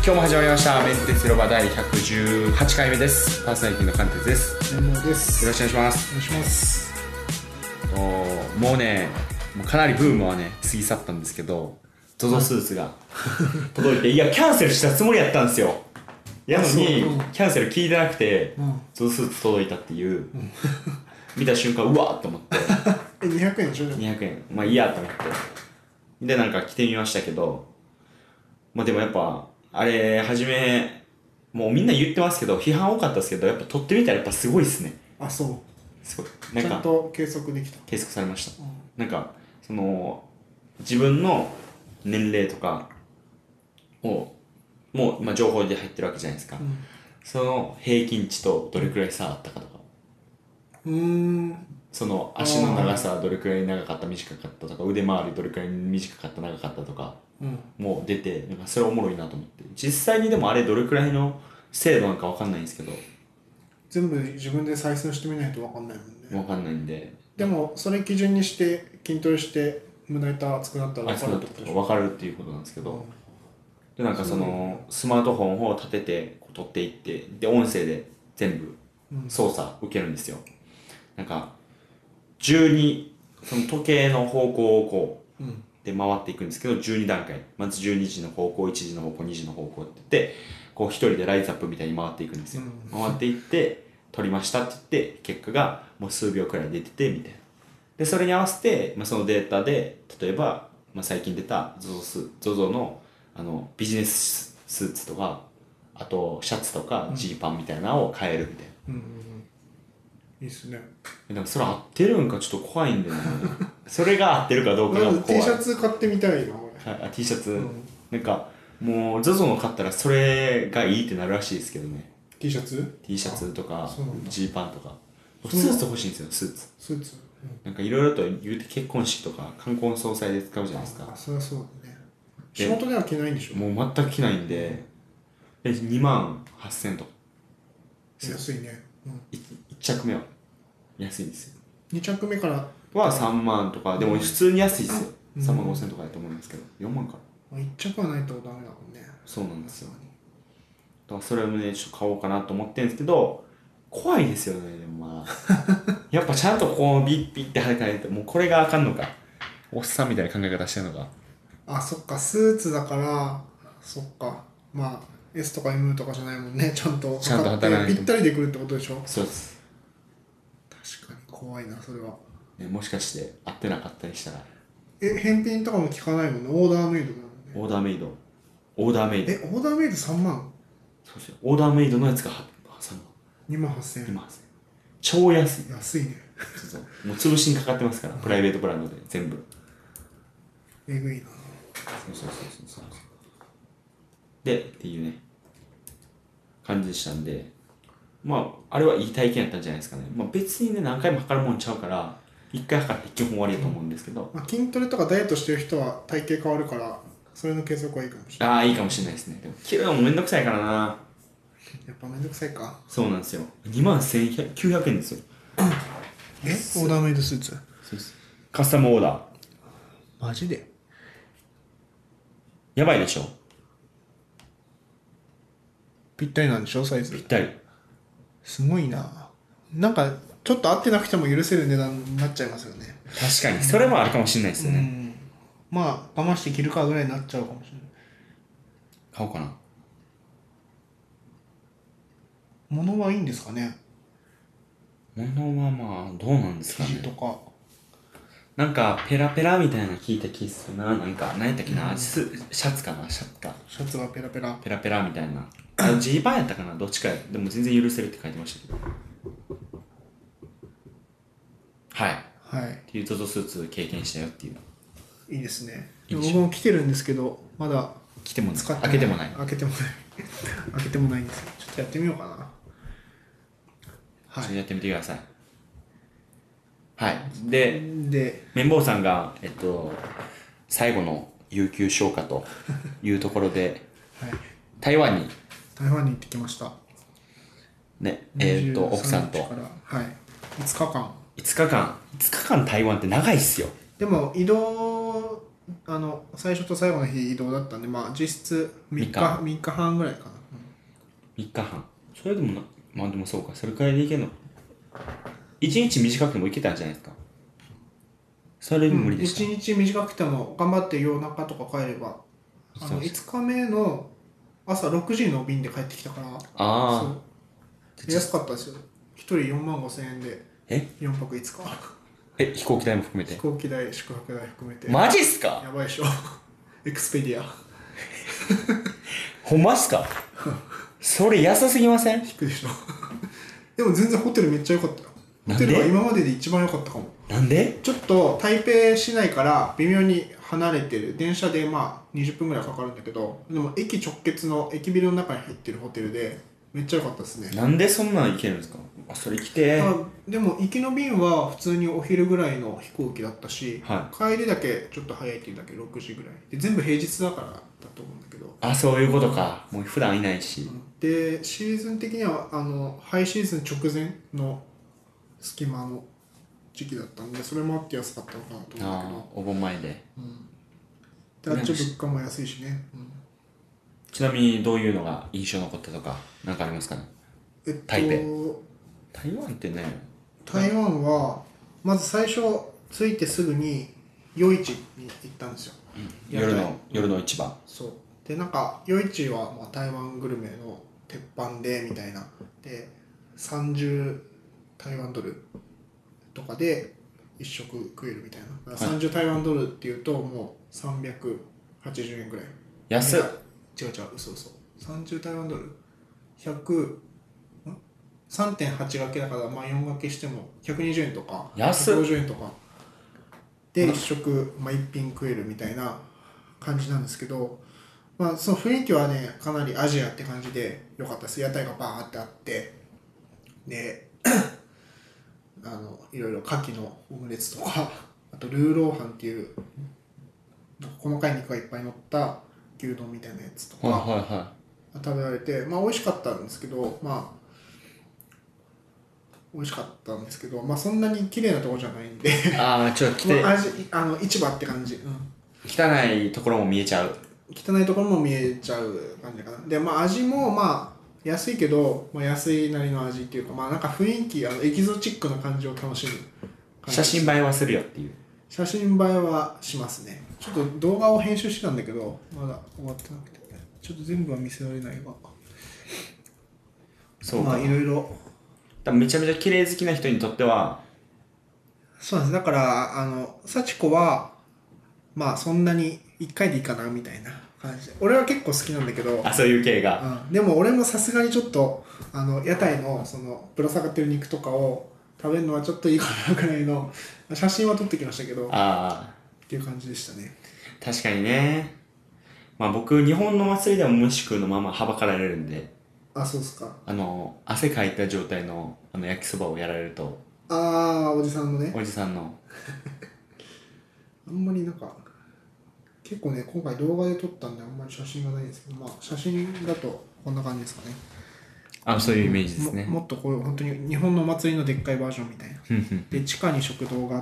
今日も始まりましたメンテツ広場第118回目です。パーソナリティのカンテツです。 山本です。 よろしくお願いします。 お願いします。 もうね、もうかなりブームはね過ぎ去ったんですけど、ZOZO スーツが届いて、いやキャンセルしたつもりやったんですよ。やのにキャンセル聞いてなくて、ZOZO スーツ届いたっていう、見た瞬間うわーって思って 200円でしょ。 200円まあいいやと思ってでなんか着てみましたけど、まあでもやっぱあれ初めもうみんな言ってますけど批判多かったですけど、やっぱ撮ってみたらやっぱすごいっすね。 あ、そう。 すごいなんかちゃんと計測できた。 計測されました、なんかその自分の年齢とかをもう、まあ、情報で入ってるわけじゃないですか、その平均値とどれくらい差あったかとか、その足の長さはどれくらい長かった短かったとか、腕回りどれくらい短かった長かったとか、もう出て、なんかそれおもろいなと思って。実際にでもあれどれくらいの精度なんかわかんないんですけど、 全部自分で採寸してみないと分かんないもんね。 わかんないんで。 でもそれ基準にして筋トレして胸板厚くなったら分かるってことでしょ。 分かるっていうことなんですけど、でなんかそのスマートフォンを立ててこう撮っていって、で音声で全部操作受けるんですよ。なんか12その時計の方向をこう、で回っていくんですけど、12段階、まず12時の方向、1時の方向、2時の方向って言って、こう一人でライズアップみたいに回っていくんですよ、回っていって撮りましたって言って結果がもう数秒くらい出ててみたいな。でそれに合わせて、まあ、そのデータで例えば、まあ、最近出た ZOZO のビジネススーツとか、あとシャツとかジーパンみたいなのを買えるみたいな、 いいっすね。 でもそれ合ってるんかちょっと怖いんだよねそれが合ってるかどうかが怖い。 T シャツ買ってみたいな俺。 はい、T シャツ、なんかもう ZOZO の買ったらそれがいいってなるらしいですけどね。 T シャツ T シャツとかジーパンとか。スーツ欲しいんですよ、スーツ。 スーツ、 なんかいろいろと言うて結婚式とか冠婚葬祭で使うじゃないですか。 そりゃそうだね。仕事では着ないんでしょ。 もう全く着ないんで、2万8000とか安いね、 1着目は安いんですよ。 2着目からは3万とか、でも普通に安いですよ、3万5000とかだと思うんですけど、4万かな。 1着はないとダメだもんね。 そうなんですよ。だからそれをねちょっと買おうかなと思ってるんですけど、怖いですよね。でもまあやっぱちゃんとこうビッビッって履かないと、もうこれがあかんのか、おっさんみたいな考え方してるのか。 あ、そっか、スーツだから、そっか、まあ S とか M とかじゃないもんね。ちゃんと働かないとぴったりでくるってことでしょ。 そうです。 確かに怖いなそれは。 もしかして合ってなかったりしたら。 返品とかも聞かないもんね。オーダーメイドだもんね。 オーダーメイドオーダーメイドオーダーメイド3万。 そうですよ、オーダーメイドのやつが3万 2万8000円。 2万8000円、超安い。 安いね。 そうもう潰しにかかってますから、プライベートブランドで全部。 えぐいな。 そうでっていうね感じでしたんで、まああれはいい体験やったんじゃないですかね。まあ別にね何回も測るもんちゃうから1回測って基本終わりやと思うんですけど、 まあ、筋トレとかダイエットしてる人は体型変わるからそれの計測はいいかもしれない。 ああいいかもしれないですね。でも切るのもめんどくさいからな。 やっぱめんどくさいか。 そうなんですよ、2万1900円ですよ。 オーダーメイドスーツ。 そうです、カスタムオーダー。 マジでやばいでしょ。 ぴったりなんでしょサイズ。 ぴったり。 すごいな。なんかちょっと合ってなくても許せる値段になっちゃいますよね。 確かにそれもあるかもしれないですよね、 まあ我慢して着るかぐらいになっちゃうかもしれない。 買おうかな。 物はいいんですかね。 物はまあどうなんですかね。 生地とかなんかペラペラみたいなの聞いた気するな。なんか何やったっけな、シャツかな、シャツがペラペラ。 ャペラみたいな。ジーパンやったかな、どっちか。でも全然許せるって書いてましたけど。はいっていう ZOZO スーツ経験したよっていう。 いいですね。 いいでしょ。 僕も着てるんですけどまだ着ても使って開けてもない。 開けてもない開けてもないんですよ。ちょっとやってみようかな。 ちょっとやってみてください。はいでで綿棒さんが最後の有給消化というところで、台湾に行ってきましたね、奥さんとから、5日間。 5日間台湾って長いっすよ。 でも移動最初と最後の日移動だったんで、まあ実質3日、3日半ぐらいかな。 3日半。それでもな、まあでもそうか、それくらいでいけんの。1日短くてもいけたんじゃないですか。それ無理でした。 1日短くても頑張って夜中とか帰れば、5日目の朝6時の便で帰ってきたから、 ああ。 そう安かったですよ。1人4万5千円で4泊5日。 飛行機代も含めて。 飛行機代、宿泊代含めて。 マジっすか？ やばいでしょ。エクスペディア。 ほんまっすか？それ安すぎません？ 引くでしょ。でも全然ホテルめっちゃ良かったよ。 なんで？ ホテルは今までで一番良かったかも。 なんで？ ちょっと台北市内から微妙に離れてる、電車でまあ20分ぐらいかかるんだけど、でも駅直結の駅ビルの中に入ってるホテルでめっちゃ良かったですね。 なんでそんなん行けるんですか？それ来て。 でも行きの便は普通にお昼ぐらいの飛行機だったし、帰りだけちょっと早いっていうだけ6時ぐらいで、全部平日だからだと思うんだけど。 あ、そういうことか。もう普段いないし。 でシーズン的にはハイシーズン直前の隙間の時期だったんで、それもあって安かったのかなと思うんだけど。 お盆前で。 であっち物価も安いしね。 ちなみにどういうのが印象残ったとか何かありますかね？台湾ってね、 台湾はまず最初着いてすぐに夜市に行ったんですよ。 夜の市場。 そうで、なんか夜市はまあ台湾グルメの鉄板でみたいなで、30台湾ドルとかで一食食えるみたいな。30台湾ドルっていうともう380円ぐらい。 安っ。 違う嘘30台湾ドル100 3.8 掛けだから、まあ4掛けしても120円とか150円とかで一食、まあ、一品食えるみたいな感じなんですけど、まあその雰囲気はねかなりアジアって感じで良かったです。屋台がバーってあって、でいろいろ牡蠣のオムレツとか、あとルーローハンっていう細かい肉がいっぱい乗った牛丼みたいなやつとか食べられて、まあ美味しかったんですけど、まあそんなに綺麗なところじゃないんでちょっと来て、 市場って感じ、 汚いところも見えちゃう。 汚いところも見えちゃう感じかな。でまあ味もまあ安いけど、まあ、安いなりの味っていうか、まあなんか雰囲気エキゾチックな感じを楽しむ感じ。 写真映えはするよっていう。 写真映えはしますね。ちょっと動画を編集してたんだけどまだ終わってなくて、ちょっと全部は見せられないが、 そうか。 まあいろいろめちゃめちゃ綺麗好きな人にとっては。 そうなんです。だから幸子はまあそんなに1回でいいかなみたいな感じで、俺は結構好きなんだけど、 そういう系が、 でも俺もさすがにちょっと屋台のそのぶら下がってる肉とかを食べるのはちょっといいかなくらいの写真は撮ってきましたけどっていう感じでしたね。 確かにね。まあ僕日本の祭りでも虫食うのままはばかられるんで。 そうっすか。 汗かいた状態の焼きそばをやられると。 おじさんのね。 おじさんのあんまりなんか結構ね、今回動画で撮ったんであんまり写真がないんですけど、まあ写真だとこんな感じですかね。 そういうイメージですね。 もっとこういう本当に日本のお祭りのでっかいバージョンみたいなで、地下に食堂があって、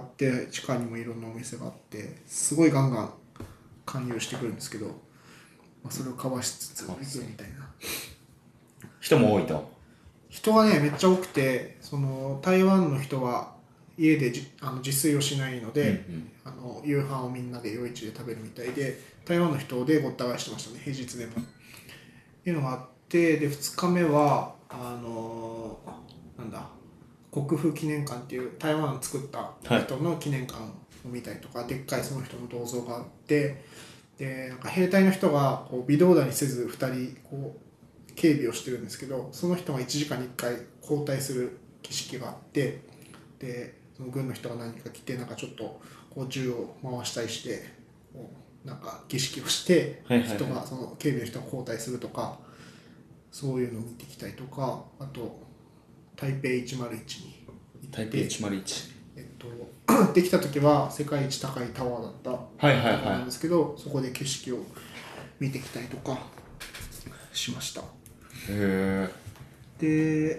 地下にもいろんなお店があって、すごいガンガン勧誘してくるんですけど、それをかわしつつ行くみたいな。 人も多いと。 人がねめっちゃ多くて、その台湾の人は家で自炊をしないので、夕飯をみんなで夜市で食べるみたいで、台湾の人でごった返してましたね、平日でも。っていうのがあって、で2日目はなんだ、国父記念館っていう台湾作った人の記念館を見たりとか、でっかいその人の銅像があって、でなんか兵隊の人がこう微動だにせず2人こう警備をしてるんですけど、その人が1時間に1回交代する儀式があって、でその軍の人が何か来て、なんかちょっとこう銃を回したりしてこうなんか儀式をして、人がその警備の人が交代するとか、そういうのを見てきたりとか、あと台北101に行って、 台北101、 できた時は世界一高いタワーだったんですけど、そこで景色を見てきたりとかしました。で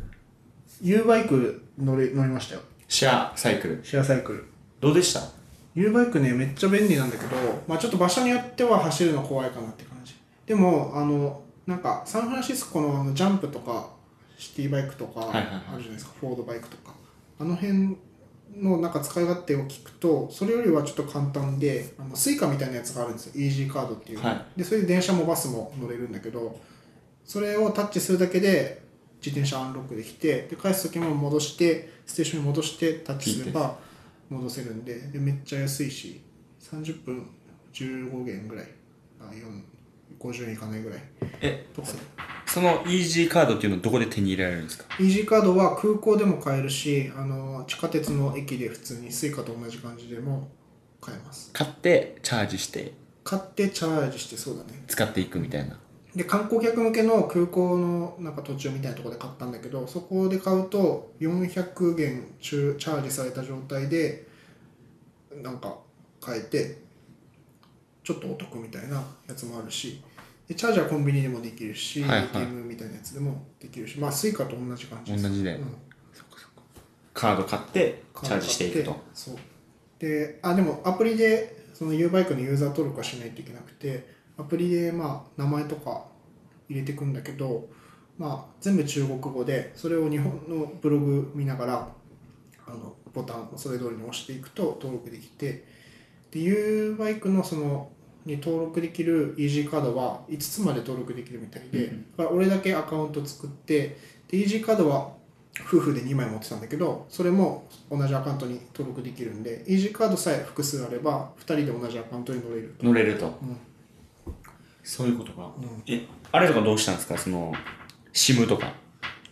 U バイク乗りましたよ。 シェアサイクルどうでした？ U バイクねめっちゃ便利なんだけど、まあ、ちょっと場所によっては走るの怖いかなって感じ。でもなんかサンフランシスコのジャンプとかシティバイクとかあるじゃないですか、フォードバイクとかあの辺のなんか使い勝手を聞くとそれよりはちょっと簡単でスイカみたいなやつがあるんですよ、イージーカードっていう、 はい、 でそれで電車もバスも乗れるんだけど、それをタッチするだけで自転車アンロックできて、で返す時も戻してステーションに戻してタッチすれば戻せるんで、めっちゃ安いし30分15元ぐらい、50円いかないぐらいとか。 そのイージーカードっていうのはどこで手に入れられるんですか？ イージーカードは空港でも買えるし、地下鉄の駅で普通にスイカと同じ感じでも買えます。 買ってチャージして買ってチャージして、そうだね、 使っていくみたいな。 で観光客向けの空港のなんか途中みたいなところで買ったんだけど、そこで買うと400元チャージされた状態でなんか買えてちょっとお得みたいなやつもあるし、でチャージはコンビニでもできるし、 はいはい、 ATM みたいなやつでもできるし、まあスイカと同じ感じです。 同じで、 うん、 カード買ってチャージしていくと。 そうで、でもアプリでその U バイクのユーザー登録はしないといけなくて、アプリでまあ名前とか入れていくんだけど、まあ、全部中国語でそれを日本のブログ見ながらボタンをそれ通りに押していくと登録できて、で U バイクのそのに登録できるイージーカードは5つまで登録できるみたいで、だから俺だけアカウント作って、でイージーカードは夫婦で2枚持ってたんだけど、それも同じアカウントに登録できるんで、イージーカードさえ複数あれば2人で同じアカウントに乗れると、 うん、 そういうことか、あれとかどうしたんですか、その SIM とか。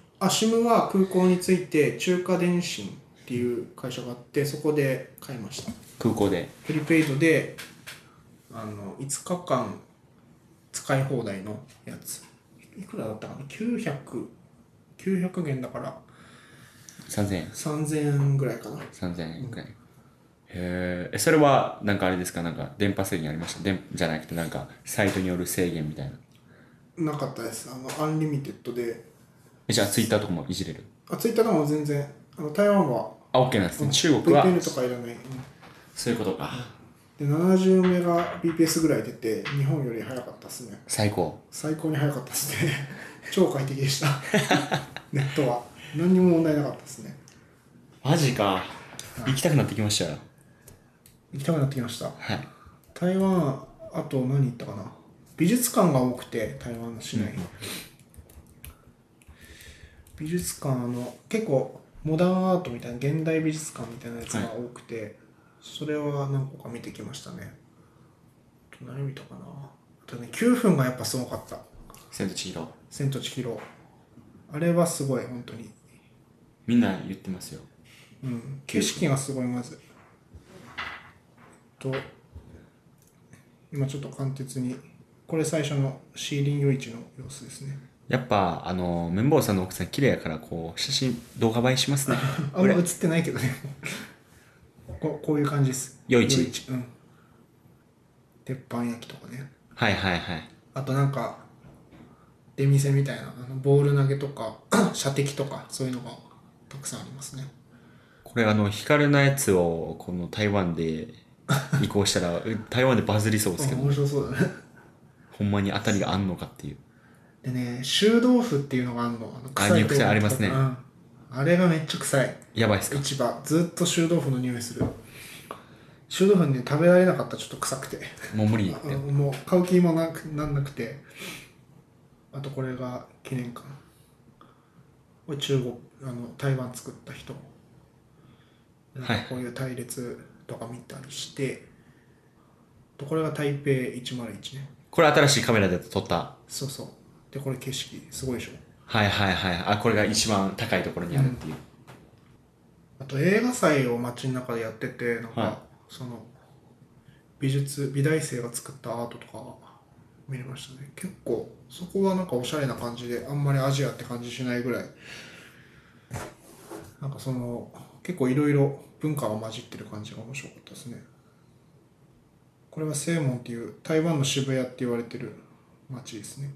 SIM は空港に着いて中華電信っていう会社があって、そこで買いました。 空港でプリペイドで5日間使い放題のやつ、いくらだったかな、900元だから3000円ぐらいかな。 3000円ぐらい、それはなんかあれですか、なんか電波制限ありました？じゃなくてなんかサイトによる制限みたいな。 なかったです。アンリミテッドで。 じゃあツイッターとかもいじれる？ ツイッターとかも全然台湾は OK なんですね、中国は VPN とかいらない、 そういうことか、 で70メガ BPS ぐらい出て日本より早かったですね。最高に早かったですね超快適でしたネットは何にも問題なかったですね。 マジか、行きたくなってきましたよ。 行きたくなってきました。 はい。 台湾、あと何行ったかな、美術館が多くて、台湾の市内、美術館結構モダンアートみたいな現代美術館みたいなやつが多くて、それは何個か見てきましたね。あと何見たかな、あとね9分がやっぱすごかった。 千と千尋。 千と千尋、あれはすごい本当にみんな言ってますよ。 景色がすごい。まず今ちょっと簡潔に、これ最初のシーリン夜市の様子ですね。 やっぱ綿棒さんの奥さん綺麗やからこう写真動画映えしますねあんま映ってないけどねこういう感じです。 夜市。 鉄板焼きとかね。 はいはいはい。 あとなんか出店みたいなボール投げとか射的とかそういうのがたくさんありますね。 これ光のやつをこの台湾で移行したら台湾でバズりそうですけど、 面白そうだねほんまに当たりがあんのかっていう。 でね、臭豆腐っていうのがあるの。 臭いありますね、 あれがめっちゃ臭い。 やばいっすか？ 市場ずっと臭豆腐の匂いする。臭豆腐ね、食べられなかった。ちょっと臭くてもう無理もう買う気もなんなくて。あとこれが記念館、これ中国台湾作った人、こういう隊列とか見たりして、これが台北101ね。 これ新しいカメラで撮った。 そうそう。でこれ景色すごいでしょ。 はいはいはい。これが一番高いところにあるっていう、 あと映画祭を街の中でやってて、なんか、その美大生が作ったアートとか見れましたね。結構そこはなんかおしゃれな感じで、あんまりアジアって感じしないぐらい、なんか結構いろいろ文化が混じってる感じが面白かったですね。これは西門っていう台湾の渋谷って言われてる街ですね。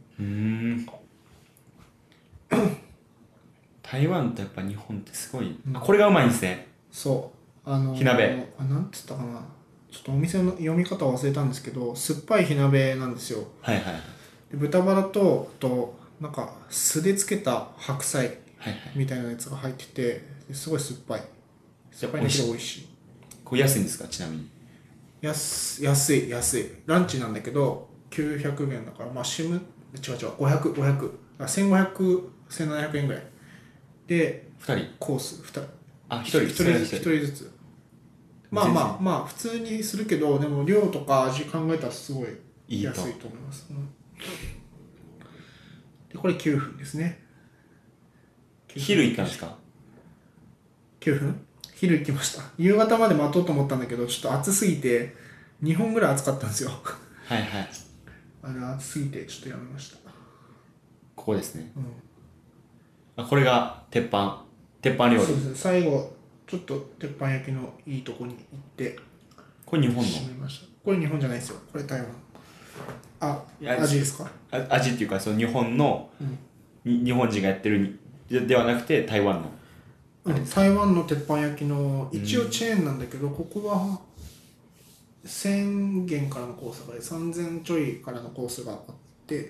台湾とやっぱ日本ってすごい、これがうまいんですね。 そう、 火鍋なんつったかな、 ちょっとお店の読み方を忘れたんですけど、酸っぱい火鍋なんですよ。 はいはい。 で豚バラと、あと、なんか酢でつけた白菜はいはい。 みたいなやつが入ってて、ですごい酸っぱい。酸っぱいんだけど美味しい。 これ安いんですか、ちなみに。 安い。ランチなんだけど、900円だから、まあ、違う、500。1500、1700円ぐらい。で、 2人コース、2人。 あ、1人一人ずつ。まあ、普通にするけど、でも量とか味考えたらすごい安いと思います。で、これ9分ですね。 昼行ったんですか？ 9分昼行きました。夕方まで待とうと思ったんだけど、ちょっと暑すぎて、2本ぐらい暑かったんですよ。 はいはい。 あれ暑すぎて、ちょっとやめました。 ここですね。あ、これが鉄板料理。 そうですね。最後、ちょっと鉄板焼きのいいとこに行って、 これ日本の閉めました。これ日本じゃないですよ。これ台湾。味ですか？ 味っていうか、その日本の、日本人がやってるではなくて台湾の。 台湾の鉄板焼きの一応チェーンなんだけど、ここは1000元からのコースが3000ちょいからのコースがあって、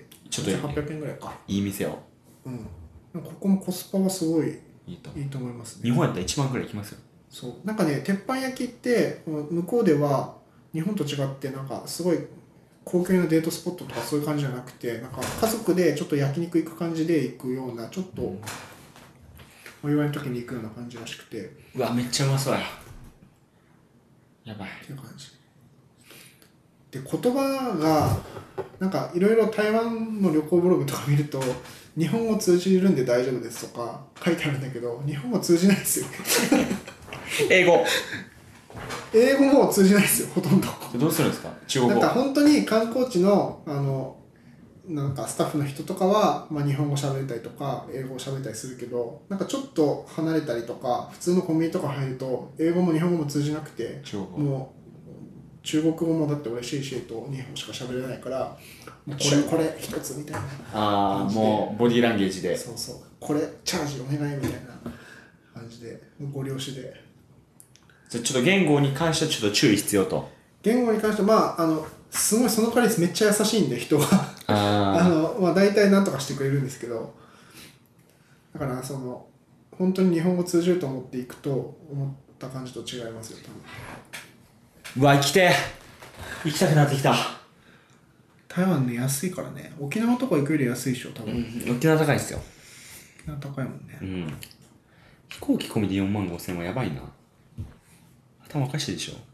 ちょっと 800円ぐらいか。 いい店を。 ここもコスパはすごいいいと思いますね。 日本やったら1万くらいいきますよ。 そうなんかね、鉄板焼きって向こうでは日本と違って、なんかすごい高級なデートスポットとかそういう感じじゃなくて、なんか家族でちょっと焼肉行く感じで行くような、ちょっとお祝いの時に行くような感じらしくて。 うわ、めっちゃうまそうや。やばい。 っていう感じで、言葉がなんかいろいろ台湾の旅行ブログとか見ると、日本語通じるんで大丈夫ですとか書いてあるんだけど、日本語通じないですよ。 英語も通じないですよ、ほとんど。 どうするんですか、中国語。 なんか本当に観光地のなんかスタッフの人とかは、まあ、日本語喋れたりとか英語を喋れたりするけど、なんかちょっと離れたりとか普通のコンビニとか入ると英語も日本語も通じなくて、もう中国語もだって俺シェイシェイと日本語しか喋れないから、もうこれ一つみたいな感じで、 もうボディーランゲージで、 そうこれチャージお願いみたいな感じでご了承で。 じゃちょっと言語に関してはちょっと注意必要と。 言語に関してはすごいその代わりめっちゃ優しいんで人がまあ大体なんとかしてくれるんですけど、だから本当に日本語通じると思っていくと思った感じと違いますよ、多分。 うわ、行きたくなってきた。 台湾ね、安いからね。沖縄とか行くより安いでしょ、多分。 沖縄高いですよ。 沖縄高いもんね。 飛行機込みで4万5千はやばいな。頭おかしいでしょ。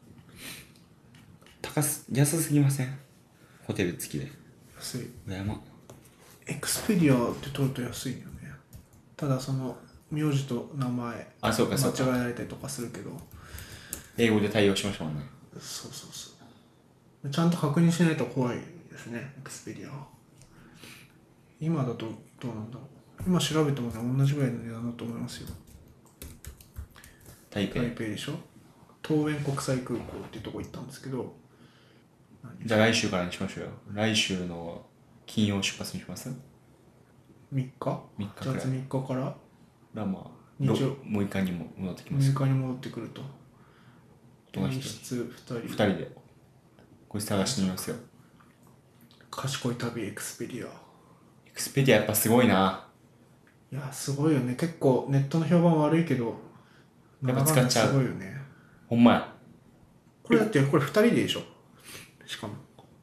安すぎません？ホテル付きで。 安い。 羨ま。 エクスペディアって取ると安いよね。ただ名字と名前間違えられたりとかするけど、 英語で対応しましょうね。 そうちゃんと確認しないと怖いですね、エクスペディアは。今だとどうなんだろう。今調べてもね、同じぐらいの値段だと思いますよ。 台北でしょ。桃園国際空港っていうとこ行ったんですけど。 じゃあ来週からにしましょうよ。来週の金曜出発にします？ 3日？ 3日くらい。 1月3日からまあ6日にも戻ってきます。 6日に戻ってくると。 2人でこれ探してみますよ。 賢い旅エクスペディア。 エクスペディアやっぱすごいな。 いやすごいよね。結構ネットの評判悪いけどやっぱ使っちゃう。 すごいよね。 ほんまや。 これだってこれ2人でしょ。しかも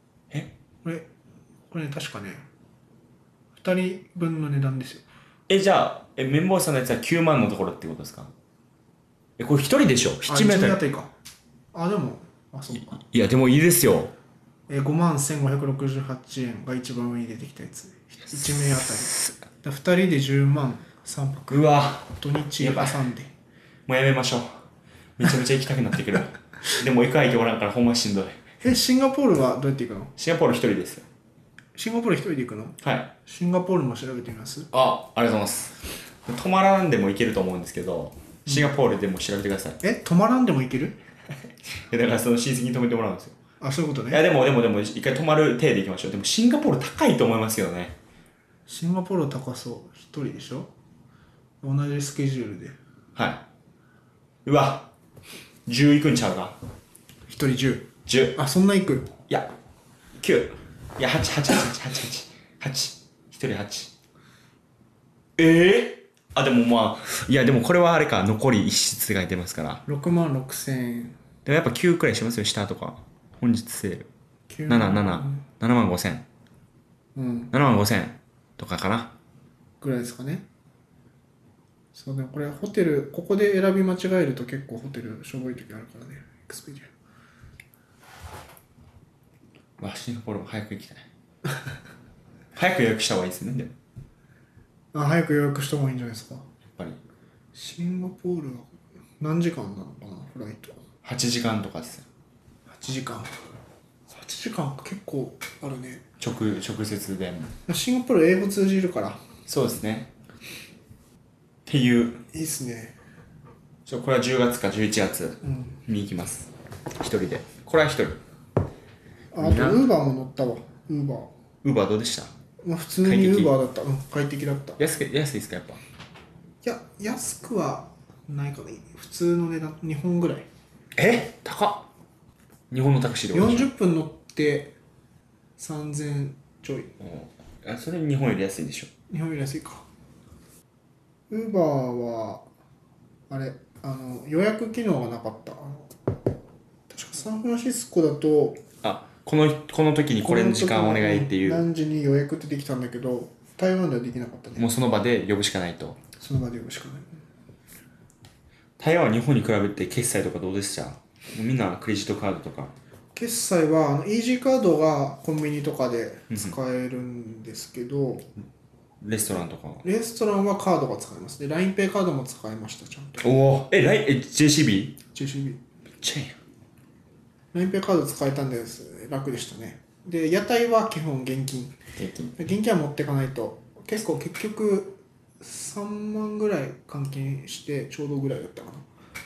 これね、確かね2人分の値段ですよ。 じゃあ綿棒さんのやつは9万のところってことですか？これ1人でしょ。7名あたりか。でもそうか。 いやでもいいですよ。 5万1568円が一番上に出てきたやつ。1名あたり。2人で10万3泊。 うわ。 土日挟んで。 もうやめましょう。めちゃめちゃ行きたくなってくる。でも行く相手おらんからほんましんどい。 シンガポールはどうやって行くの？ シンガポール1人ですよ。 シンガポール1人で行くの？ はい。シンガポールも調べてみます？ ありがとうございます。泊まらんでも行けると思うんですけど、シンガポールでも調べてください。 泊まらんでも行ける？ だからその親戚に泊めてもらうんですよ。 そういうことね。 いやでも一回泊まる体で行きましょう。でもシンガポール高いと思いますよね。 シンガポール高そう。1人でしょ？同じスケジュールで。 はい。うわ、10行くんちゃうか。 1人10。 10。 あ、そんな行く？ いや、9。いや、8、8、8、8、8、8。1人8。あ、でもまあ、いや、でもこれはあれか、残り1室が出ますから。 6万6千円。 でもやっぱ9くらいしますよ、下とか。本日セール。7、 9 7、7万5千。 うん。 7万5千とかかな。 ぐらいですかね。そうね、これホテル、ここで選び間違えると結構ホテルしょぼい時あるからね。エクスペディわ、シンガポールも早く行きたい。早く予約した方がいいですね、でも。 ア。早く予約した方がいいんじゃないですか。 やっぱり。 シンガポールは何時間なのかな、フライト。 8時間とかですよ。 8時間。8時間結構あるね。 直接で。 シンガポール英語通じるから。 そうですね。っていう。 いいっすね。 これは10月か11月に行きます。一人で。これは一人。 あと、ウーバーも乗ったわ。ウーバー。 ウーバーどうでした？ まあ、普通にウーバーだった。快適だった。 安いですか、やっぱ。いや、安くはないかな。普通の値段、日本ぐらい。 高っ。日本のタクシーで 40分乗って3000ちょい。 それ日本より安いでしょ。 日本より安いか。ウーバーはあれ、予約機能がなかった。確かサンフランシスコだと、 この時にこれの時間お願いっていう。 何時に予約ってできたんだけど、台湾ではできなかったね。 もうその場で呼ぶしかないと。 その場で呼ぶしかない。 台湾は日本に比べて決済とかどうでした？みんなクレジットカードとか。 決済はイージーカードがコンビニとかで使えるんですけど、 レストランとか。 レストランはカードが使えます。で、LINEPay カードも使えました、ちゃんと。 JCB？ JCB。 めっちゃいいやん。LINEPay カード使えたんです。楽でしたね。で、屋台は基本現金。現金は持っていかないと。結局、3万ぐらい換金してちょうどぐらいだったかな。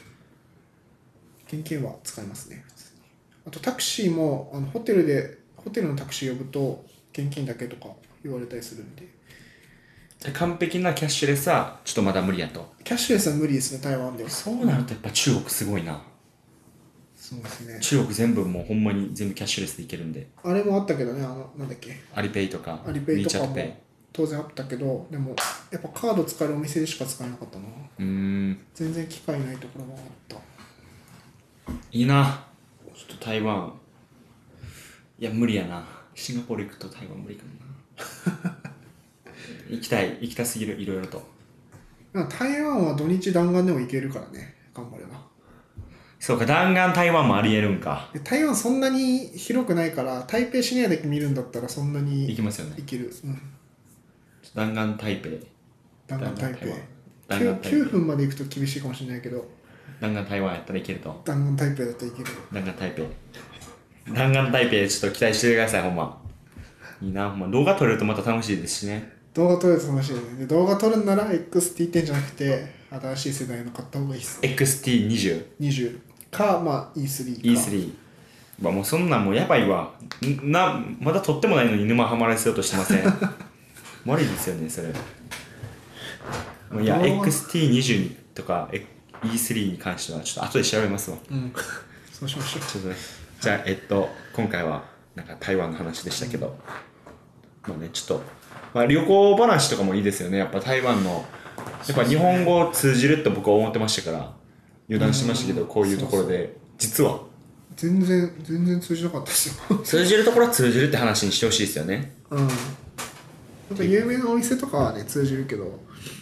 現金は使いますね。あとタクシーもホテルのタクシー呼ぶと現金だけとか言われたりするんで。 完璧なキャッシュレスはちょっとまだ無理やと。 キャッシュレスは無理ですね、台湾では。 そうなるとやっぱ中国すごいな。 そうですね。 中国全部もうほんまに全部キャッシュレスでいけるんで。 あれもあったけどね、なんだっけ。 アリペイとか。 アリペイとかも当然あったけど、でもやっぱカード使えるお店でしか使えなかったな。全然機会ないところもあった。いいな。ちょっと台湾。いや無理やな。シンガポール行くと台湾無理かもな。行きたすぎる、いろいろと。 台湾は土日弾丸でも行けるからね、頑張れば。 そうか、弾丸台湾もありえるんか。 台湾そんなに広くないから、台北市内だけ見るんだったらそんなに行きますよね。 行ける。 弾丸台北。 弾丸台北。9分まで行くと厳しいかもしれないけど。 弾丸台湾やったらいけると。 弾丸台北だったらいける。 弾丸台北。弾丸台北ちょっと期待してください、ほんま。いいな、ほんま。動画撮れるとまた楽しいですしね。 動画撮れると楽しいね。で動画撮るんなら XT10 じゃなくて、新しい世代の買った方がいいっす。 XT20。 20か、まあ E3 か。 E3。もうそんなんもうやばいわ。まだ撮ってもないのに沼ハマらせようとしてません。悪いですよね、それ。いや、XT20 とか E3 に関してはちょっと後で調べますわ。 そうしましょう。 ちょっとね、じゃあ、今回はなんか台湾の話でしたけど、まあね、ちょっと、旅行話とかもいいですよね。やっぱ台湾の、やっぱ日本語通じるって僕は思ってましたから、油断してましたけど、こういうところで、実は。 全然通じなかったですよ。 通じるところは通じるって話にしてほしいですよね。 やっぱ有名なお店とかはね、通じるけど。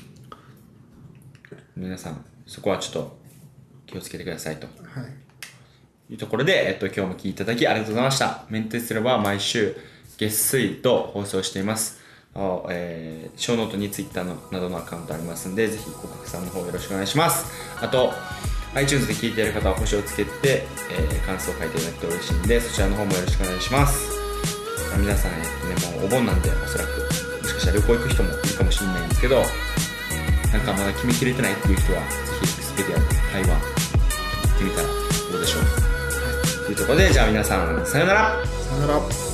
皆さん、そこはちょっと気をつけてくださいと。 はい。 いうところで、今日も聞いていただきありがとうございました。メンテスラは毎週月水と放送しています。ショーノートに Twitter などのアカウントありますので、ぜひご拡散の方よろしくお願いします。あと、iTunes で聞いている方は星をつけて、感想を書いていただくと嬉しいんで、そちらの方もよろしくお願いします。皆さん、もうお盆なんで、おそらく、もしかしたら旅行行く人もいるかもしれないんですけど、なんかまだ決めきれてないっていう人は、ぜひエクスペディア台湾行ってみたらどうでしょう。というところで、じゃあ皆さん、さよなら。 さよなら。